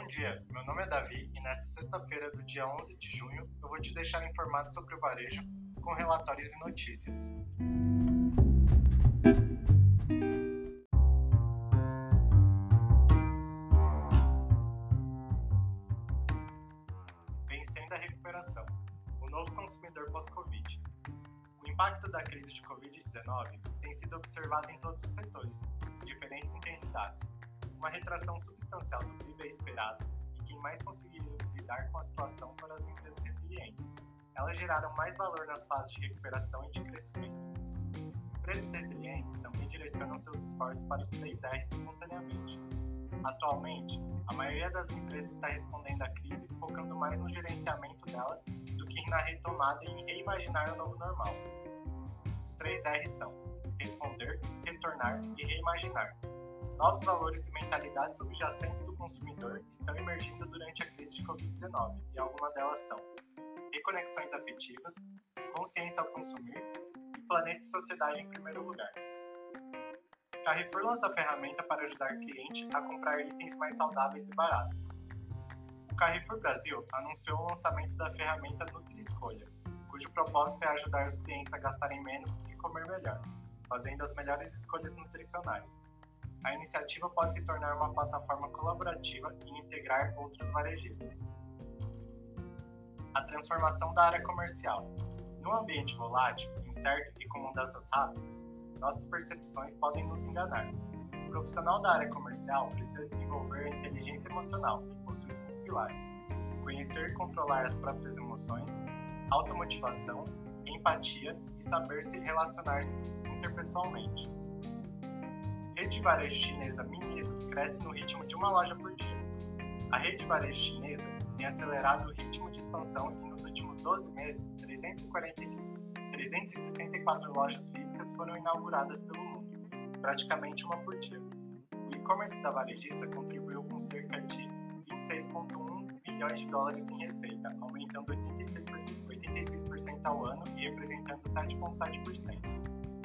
dia, meu nome é Davi e nesta sexta-feira do dia 11 de junho eu vou te deixar informado sobre o varejo com relatórios e notícias. Vencendo a recuperação. O novo consumidor pós-Covid. O impacto da crise de Covid-19 tem sido observado em todos os setores, em diferentes intensidades. Uma retração substancial do PIB é esperada e quem mais conseguiu lidar com a situação foram as empresas resilientes. Elas geraram mais valor nas fases de recuperação e de crescimento. Empresas resilientes também direcionam seus esforços para os 3 R's simultaneamente. Atualmente, a maioria das empresas está respondendo à crise focando mais no gerenciamento dela do que na retomada e em reimaginar o novo normal. Os 3 R's são responder, retornar e reimaginar. Novos valores e mentalidades subjacentes do consumidor estão emergindo durante a crise de Covid-19 e algumas delas são reconexões afetivas, consciência ao consumir e planeta e sociedade em primeiro lugar. Carrefour lança a ferramenta para ajudar o cliente a comprar itens mais saudáveis e baratos. O Carrefour Brasil anunciou o lançamento da ferramenta Nutri-Escolha, cujo propósito é ajudar os clientes a gastarem menos e comer melhor, fazendo as melhores escolhas nutricionais. A iniciativa pode se tornar uma plataforma colaborativa e integrar outros varejistas. A transformação da área comercial. Num ambiente volátil, incerto e com mudanças rápidas, nossas percepções podem nos enganar. O profissional da área comercial precisa desenvolver a inteligência emocional, que possui 5 pilares: conhecer e controlar as próprias emoções, automotivação, empatia e saber se relacionar-se interpessoalmente. A rede de varejo chinesa Miniso cresce no ritmo de uma loja por dia. A rede de varejo chinesa tem acelerado o ritmo de expansão e nos últimos 12 meses, 364 lojas físicas foram inauguradas pelo mundo, praticamente uma por dia. O e-commerce da varejista contribuiu com cerca de 26,1 bilhões de dólares em receita, aumentando 86% ao ano e representando 7,7%.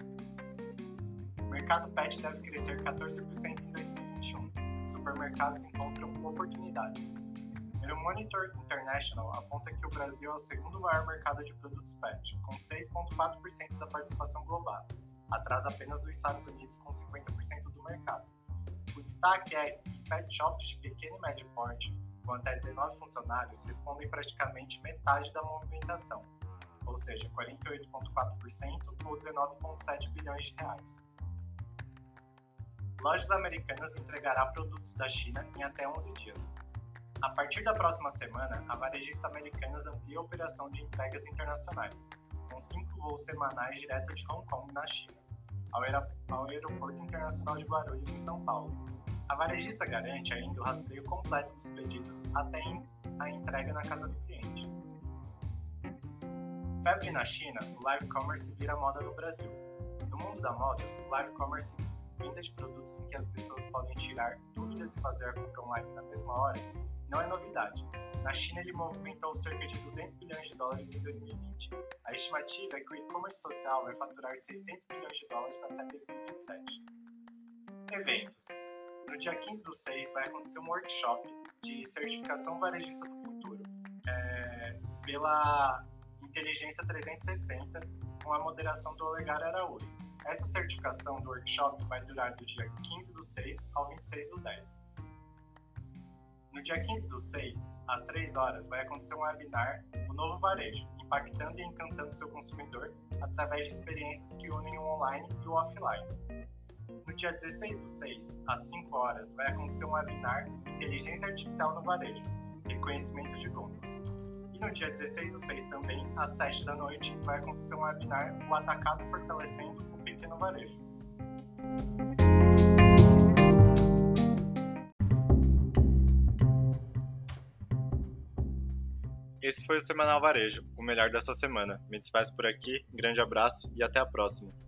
O mercado pet deve crescer 14% em 2021. Supermercados encontram oportunidades. O Monitor International aponta que o Brasil é o segundo maior mercado de produtos pet, com 6,4% da participação global, atrás apenas dos Estados Unidos com 50% do mercado. O destaque é que pet shops de pequeno e médio porte, com até 19 funcionários, respondem praticamente metade da movimentação, ou seja, 48,4% ou 19,7 bilhões de reais. Lojas Americanas entregará produtos da China em até 11 dias. A partir da próxima semana, a varejista Americanas amplia a operação de entregas internacionais, com 5 voos semanais direto de Hong Kong, na China, ao Aeroporto Internacional de Guarulhos, em São Paulo. A varejista garante ainda o rastreio completo dos pedidos até a entrega na casa do cliente. Febre na China, o live commerce vira moda no Brasil. No mundo da moda, o live commerce, venda de produtos em que as pessoas podem tirar dúvidas e fazer a compra online na mesma hora, não é novidade. Na China, ele movimentou cerca de 200 bilhões de dólares em 2020. A estimativa é que o e-commerce social vai faturar 600 bilhões de dólares até 2027. Eventos. No dia 15/6 vai acontecer um workshop de certificação varejista do futuro, pela Inteligência 360, com a moderação do Olegário Araújo. Essa certificação do workshop vai durar do dia 15/6 ao 26/10. No dia 15/6, às 3 horas, vai acontecer um webinar, O Novo Varejo, impactando e encantando seu consumidor através de experiências que unem o online e o offline. No dia 16/6, às 5 horas, vai acontecer um webinar, Inteligência Artificial no Varejo, reconhecimento de gôndolas. E no dia 16/6 também, às 7 da noite, vai acontecer um webinar, O Atacado Fortalecendo o Pequeno Varejo. Esse foi o Semanal Varejo, o melhor dessa semana. Me despeço por aqui, grande abraço e até a próxima.